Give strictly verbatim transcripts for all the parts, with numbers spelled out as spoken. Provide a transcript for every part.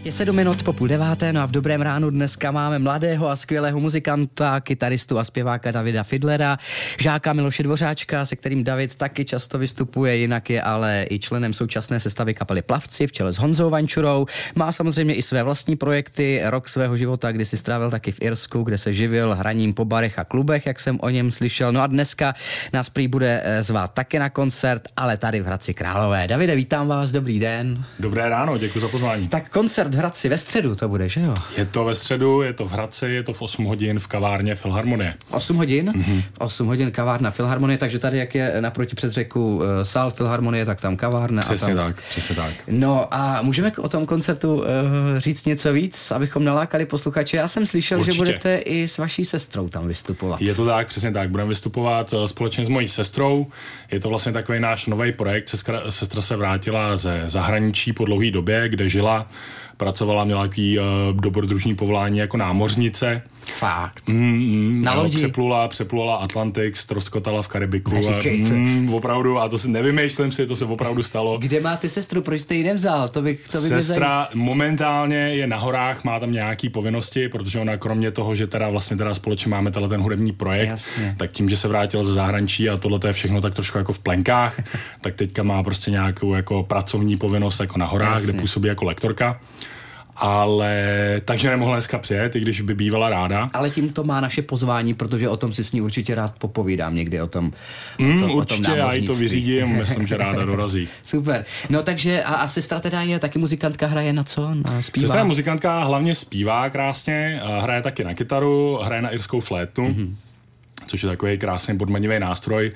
Je sedm minut po půl deváté, no a v dobrém ránu dneska máme mladého a skvělého muzikanta, kytaristu a zpěváka Davida Fidlera, žáka Miloše Dvořáčka, se kterým David taky často vystupuje, jinak je ale i členem současné sestavy kapely Plavci v čele s Honzou Vančurou. Má samozřejmě i své vlastní projekty, rok svého života, kdy si strávil taky v Irsku, kde se živil hraním po barech a klubech, jak jsem o něm slyšel. No a dneska nás prý bude zvát taky na koncert, ale tady v Hradci Králové. Davide, vítám vás, dobrý den. Dobré ráno, děkuji za pozvání. Tak koncert v Hradci ve středu to bude, že jo? Je to ve středu, je to v Hradci, je to v osm hodin v kavárně Filharmonie. osm hodin? Mm-hmm. osm hodin kavárna Filharmonie, takže tady, jak je naproti před řeku sál Filharmonie, tak tam kavárna. Přesně a tam... tak, přesně tak. No a můžeme o tom koncertu uh, říct něco víc, abychom nalákali posluchače? Já jsem slyšel, Určitě. že budete i s vaší sestrou tam vystupovat. Je to tak, přesně tak. Budeme vystupovat společně s mojí sestrou. Je to vlastně takový náš nový projekt. Sestra, sestra se vrátila ze zahraničí po dlouhé době, kde žila. Pracovala, měla takový uh, dobrodružní povolání jako námořnice. Fakt. Mm, mm, Na lodi? Přeplula, přeplula Atlantik, ztroskotala v Karibiku. A, mm, opravdu, a to si nevymýšlím si, to se opravdu stalo. Kde máte sestru, proč jste ji nevzal? To by, to by Sestra momentálně je na horách, má tam nějaký povinnosti, protože ona kromě toho, že teda vlastně teda společně máme tenhle ten hudební projekt, Jasně. tak tím, že se vrátila ze zahraničí a tohle je všechno tak trošku jako v plenkách, tak teďka má prostě nějakou jako pracovní povinnost jako na horách, Jasně. kde působí jako lektorka. Ale takže nemohla dneska přijet, i když by bývala ráda. Ale tím to má naše pozvání, protože o tom si s ní určitě rád popovídám někdy o tom, mm, o tom určitě, o tom já jí to vyřídím, myslím, že ráda dorazí. Super. No takže a, a sestra teda je taky muzikantka, hraje na co? Na zpívá? Sestra je muzikantka, hlavně zpívá krásně, hraje taky na kytaru, hraje na irskou flétnu, mm-hmm. což je takový krásný podmanivý nástroj.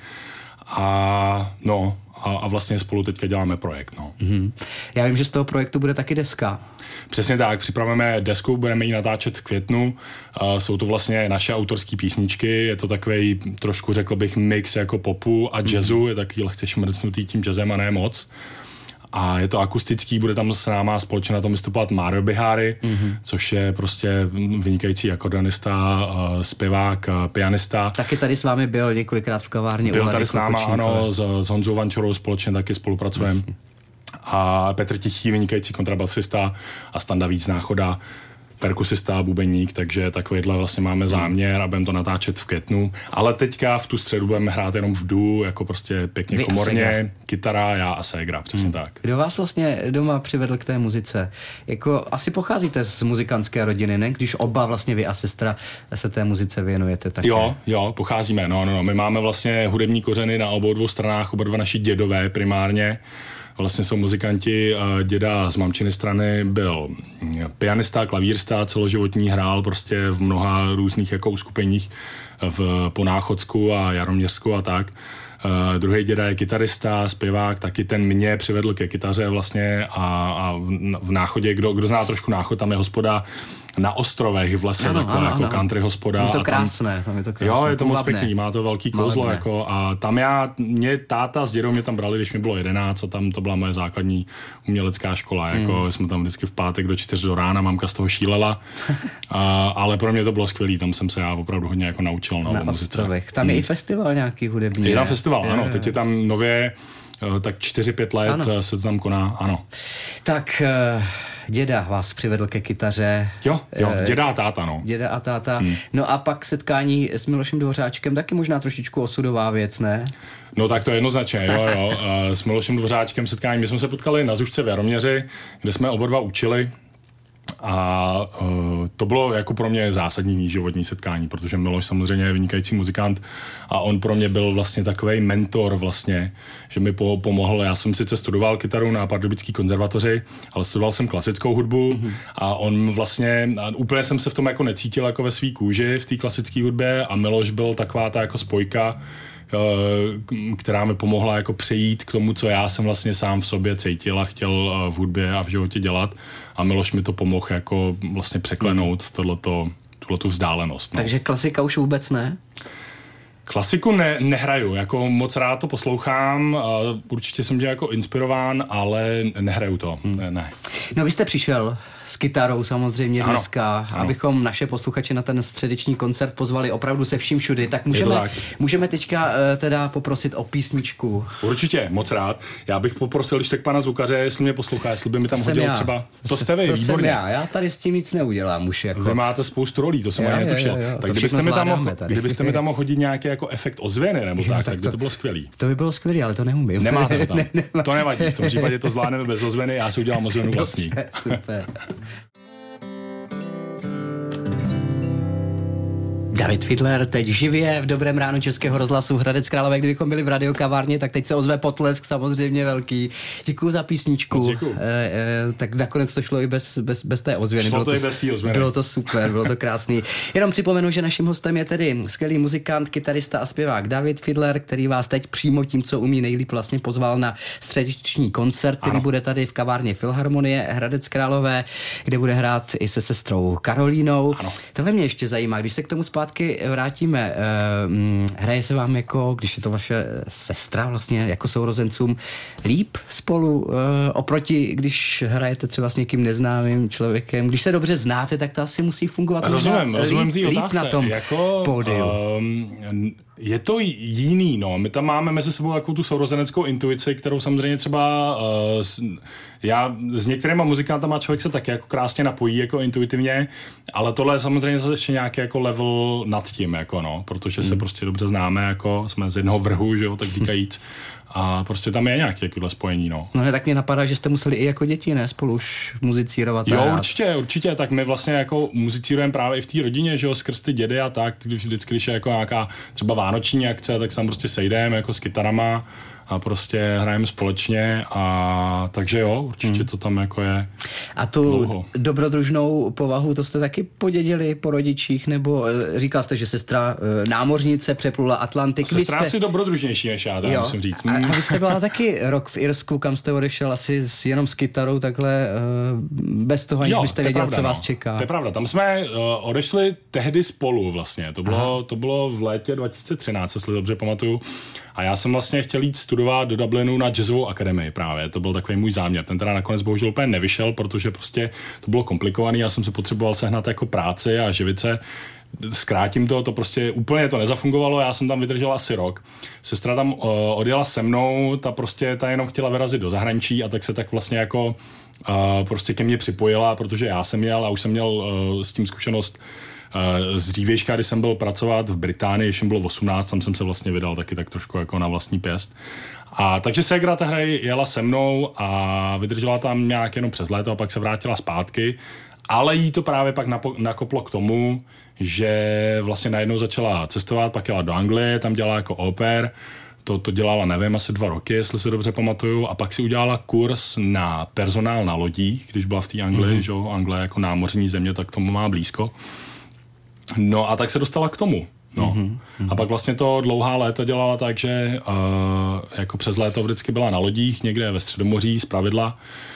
A no, a, a vlastně spolu teďka děláme projekt, no. Mm-hmm. Já vím, že z toho projektu bude taky deska. Přesně tak, připravujeme desku, budeme ji natáčet v květnu. Uh, jsou to vlastně naše autorské písničky, je to takový trošku, řekl bych, mix jako popu a jazzu, mm-hmm. je takový lehce šmrcnutý tím jazzem a ne moc. A je to akustický, bude tam s náma společně na tom vystupovat Mario Bihari, mm-hmm. což je prostě vynikající akordionista, uh, zpěvák, uh, pianista. Taky tady s vámi byl několikrát v kavárně. Byl tady s náma, ano, s, s Honzou Vančurou společně taky spolupracujeme. Mm-hmm. A Petr Tichý, vynikající kontrabasista a Standa Víc Náchoda, perkusista a bubeník, takže takovýhle vlastně máme záměr a budeme to natáčet v květnu. Ale teďka v tu středu budeme hrát jenom v duu, jako prostě pěkně Vy komorně, kytara, já a ségra, přesně hmm. tak. Kdo vás vlastně doma přivedl k té muzice? Jako asi pocházíte z muzikantské rodiny, ne? Když oba vlastně vy a sestra se té muzice věnujete také. Jo, jo, pocházíme, no, no, no. My máme vlastně hudební kořeny na obou dvou stranách, oba dva naši dědové primárně. Vlastně jsou muzikanti, děda z mamčiny strany byl pianista, klavírista, celoživotní, hrál prostě v mnoha různých jako uskupeních v Ponáchodsku a Jaroměřsku a tak. Uh, druhý děda je kytarista, zpěvák, taky ten mě přivedl ke kytaře vlastně a, a v, v Náchodě, kdo, kdo zná trošku Náchod, tam je hospoda na ostrovech v lese, ano, taková ano, jako ano. country hospoda. Je to krásné. Tam, je to krásné. Jo, je to moc pěkný, má to velký kouzlo jako, a tam já, mě táta s dědou mě tam brali, když mi bylo jedenáct a tam to byla moje základní umělecká škola, jako mm. jsme tam vždycky v pátek do čtyř do rána, mamka z toho šílela, a, ale pro mě to bylo skvělý, tam jsem se já opravdu hodně jako naučil no, na ostrovech. Tam je mm. i festival nějaký hudební. Je tam festival, je, ano, teď je tam nově, tak čtyři pět let ano. se to tam koná, ano. Tak děda vás přivedl ke kytaře. Jo, jo, děda a táta, no. Děda a táta. Hmm. No a pak setkání s Milošem Dvořáčkem, taky možná trošičku osudová věc, ne? No tak to je jednoznačně, jo, jo. S Milošem Dvořáčkem setkání, my jsme se potkali na Zušce v Jaroměři, kde jsme oba dva učili. A uh, to bylo jako pro mě zásadní životní setkání, protože Miloš samozřejmě je vynikající muzikant a on pro mě byl vlastně takovej mentor vlastně, že mi po, pomohl. Já jsem sice studoval kytaru na Pardubické konzervatoři, ale studoval jsem klasickou hudbu mm-hmm. a on vlastně, a úplně jsem se v tom jako necítil jako ve svý kůži v té klasické hudbě a Miloš byl taková ta jako spojka, která mi pomohla jako přejít k tomu, co já jsem vlastně sám v sobě cítil a chtěl v hudbě a v životě dělat. A Miloš mi to pomohl jako vlastně překlenout tohleto, tuhletu vzdálenost. No. Takže klasika už vůbec ne? Klasiku ne, nehraju, jako moc rád to poslouchám, určitě jsem tě jako inspirován, ale nehraju to, hmm. ne, ne. No vy jste přišel s kytarou samozřejmě ano, dneska, ano. abychom naše posluchače na ten středeční koncert pozvali opravdu se vším všudy, tak můžeme, tak. můžeme teďka uh, teda poprosit o písničku. Určitě, moc rád. Já bych poprosil, když tak pana zvukaře, jestli mě poslouchá, jestli by mi tam hodil třeba... To jste vy, to výborně. Jsem já. já tady s tím nic neudělám už. Jako. Vy máte spoustu rolí, to jsem ani netušil. Tak kdybyste mi, tam mohl, kdybyste mi tam mohl hodit nějaký jako efekt ozvěny, nebo jo, tak, tak by to, to bylo skvělý. To by bylo skvělý, ale to neumím. Nemáte to tam. Ne, ne, to nevadí, v tom případě to zvládneme bez ozvěny, já si udělám ozvěnu vlastní. Super. David Fidler teď živě v Dobrém ránu Českého rozhlasu Hradec Králové. Kdybychom byli v radiokavárně, tak teď se ozve potlesk samozřejmě velký. Děkuju za písničku. Děkuju. E, e, tak nakonec to šlo i bez, bez, bez té ozvěny. Šlo bylo to, to i bez té ozvěny. Bylo to super, bylo to krásný. Jenom připomenu, že naším hostem je tedy skvělý muzikant, kytarista a zpěvák David Fidler, který vás teď přímo tím, co umí nejlíp, vlastně pozval na středeční koncert, který ano. bude tady v kavárně Filharmonie Hradec Králové, kde bude hrát i se sestrou Karolínou. Ano. Tohle mě ještě zajímá, když se k tomu zpátky vrátíme. Hraje se vám jako, když je to vaše sestra vlastně jako sourozencům, líp spolu oproti, když hrajete třeba s někým neznámým člověkem? Když se dobře znáte, tak to asi musí fungovat. Rozumím, rozumím líp, té otázce. líp na tom jako, pódiu. Um, je to jiný, no. My tam máme mezi sebou takovou tu sourozeneckou intuici, kterou samozřejmě třeba uh, s, já s některýma muzikantama člověk se taky jako krásně napojí jako intuitivně, ale tohle je samozřejmě ještě nějaký jako level nad tím, jako no, protože se mm. prostě dobře známe, jako jsme z jednoho vrhu, že jo, tak říkajíc. A prostě tam je nějaké jakýhle spojení, no. No ne, tak mě napadá, že jste museli i jako děti, ne, spolu už muzicírovat. Jo, rád. určitě, určitě, tak my vlastně jako muzicírujeme právě i v té rodině, že jo, skrz ty dědy a tak, vždycky, když je jako nějaká třeba vánoční akce, tak se tam prostě sejdeme jako s kytarama a prostě hrajeme společně a takže jo, určitě hmm. to tam jako je. A tu dlouho. dobrodružnou povahu, to jste taky podědili po rodičích, nebo říkal jste, že sestra námořnice přeplula Atlantik. Sestra jste... asi dobrodružnější než já, tak musím říct. A, a vy jste byla taky rok v Irsku, kam jste odešel asi s, jenom s kytarou, takhle bez toho, aniž byste věděl, pravda, co vás no. čeká. To je pravda, tam jsme uh, odešli tehdy spolu vlastně, to bylo, to bylo v létě dva tisíce třináct, jestli dobře pamatuju. A já jsem vlastně chtěl jít studovat do Dublinu na jazzovou akademii právě, to byl takový můj záměr. Ten teda nakonec bohužel úplně nevyšel, protože prostě to bylo komplikovaný, já jsem se potřeboval sehnat jako práci a živit se. Zkrátím to, to prostě úplně to nezafungovalo, já jsem tam vydržel asi rok. Sestra tam uh, odjela se mnou, ta prostě ta jenom chtěla vyrazit do zahraničí a tak se tak vlastně jako uh, prostě ke mně připojila, protože já jsem jel a už jsem měl uh, s tím zkušenost z dřívějška, když jsem byl pracovat v Británii, když jsem bylo osmnáct, tam jsem se vlastně vydal taky tak trošku jako na vlastní pěst. A takže ségra tehdy jela se mnou a vydržela tam nějak jenom přes léto a pak se vrátila zpátky, ale jí to právě pak napo- nakoplo k tomu, že vlastně najednou začala cestovat, pak jela do Anglie, tam dělala jako au pair, to, to dělala, nevím, asi dva roky, jestli se dobře pamatuju, a pak si udělala kurz na personál na lodích, když byla v té Anglii, mm-hmm. že jo, Anglie jako námořní země, tak tomu má blízko. No a tak se dostala k tomu. No. Mm-hmm. A pak vlastně to dlouhá léta dělala tak, že uh, jako přes léto vždycky byla na lodích někde ve Středomoří zpravidla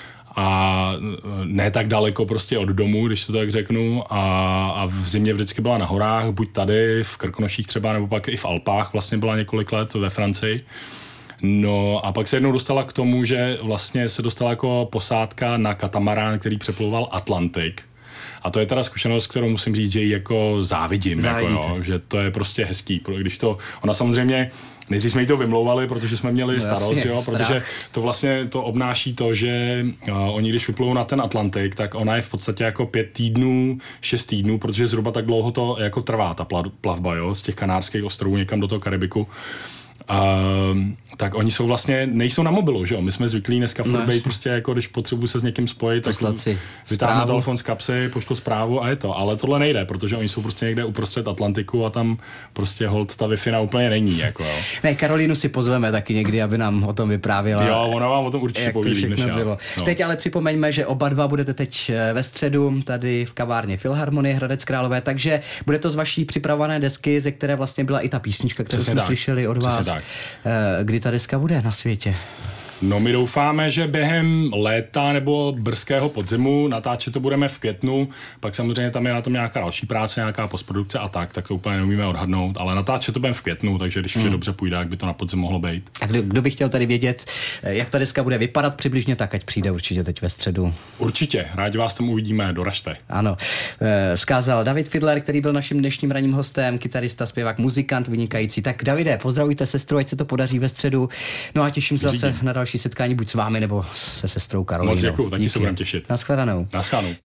a ne tak daleko prostě od domu, když to tak řeknu, a, a v zimě vždycky byla na horách, buď tady v Krkonoších třeba, nebo pak i v Alpách, vlastně byla několik let ve Francii. No a pak se jednou dostala k tomu, že vlastně se dostala jako posádka na katamarán, který přeplouval Atlantik. A to je teda zkušenost, kterou musím říct, že ji jako závidím, jako, jo, že to je prostě hezký, když to, ona samozřejmě, nejdřív jsme jí to vymlouvali, protože jsme měli no, starost, jasně, jo, protože to vlastně to obnáší to, že uh, oni když vyplouvou na ten Atlantik, tak ona je v podstatě jako pět týdnů, šest týdnů, protože zhruba tak dlouho to jako trvá ta plavba, jo, z těch Kanárských ostrovů někam do toho Karibiku. Uh, tak oni jsou vlastně, nejsou na mobilu, že jo? My jsme zvyklí dneska furt být prostě jako, když potřebuji se s někým spojit, tak vytáhnu telefon z kapsy, pošlu zprávu a je to. Ale tohle nejde, protože oni jsou prostě někde uprostřed Atlantiku a tam prostě hold ta Wi-Fi úplně není, jako jo. Ne, Karolínu si pozveme taky někdy, aby nám o tom vyprávěla. Jo, ona vám o tom určitě poví, než já. Bylo. No. Teď ale připomeňme, že oba dva budete teď ve středu tady v kavárně Filharmonie Hradec Králové, takže bude to z vaší připravované desky, ze které vlastně byla i ta písnička, kterou jsme tak slyšeli od vás. Kdy ta deska bude na světě? No my doufáme, že během léta nebo brzkého podzimu, natáčet to budeme v květnu, pak samozřejmě tam je na tom nějaká další práce, nějaká postprodukce a tak, tak to úplně neumíme odhadnout, ale natáčet to budeme v květnu, takže když vše hmm. dobře půjde, jak by to na podzim mohlo být. A kdo, kdo by chtěl tady vědět, jak ta deska bude vypadat přibližně, tak ať přijde určitě teď ve středu. Určitě, rádi vás tam uvidíme, doražte. Ano, vzkázal David Fidler, který byl naším dnešním ranním hostem, kytarista, zpěvák, muzikant, vynikající. Tak Davide, pozdravujte sestru, ať se to podaří ve středu. No a těším se zase na další setkání buď s vámi nebo se sestrou Karolínou. Moc děkuju, taky se budeme těšit. Naschledanou. Naschledanou.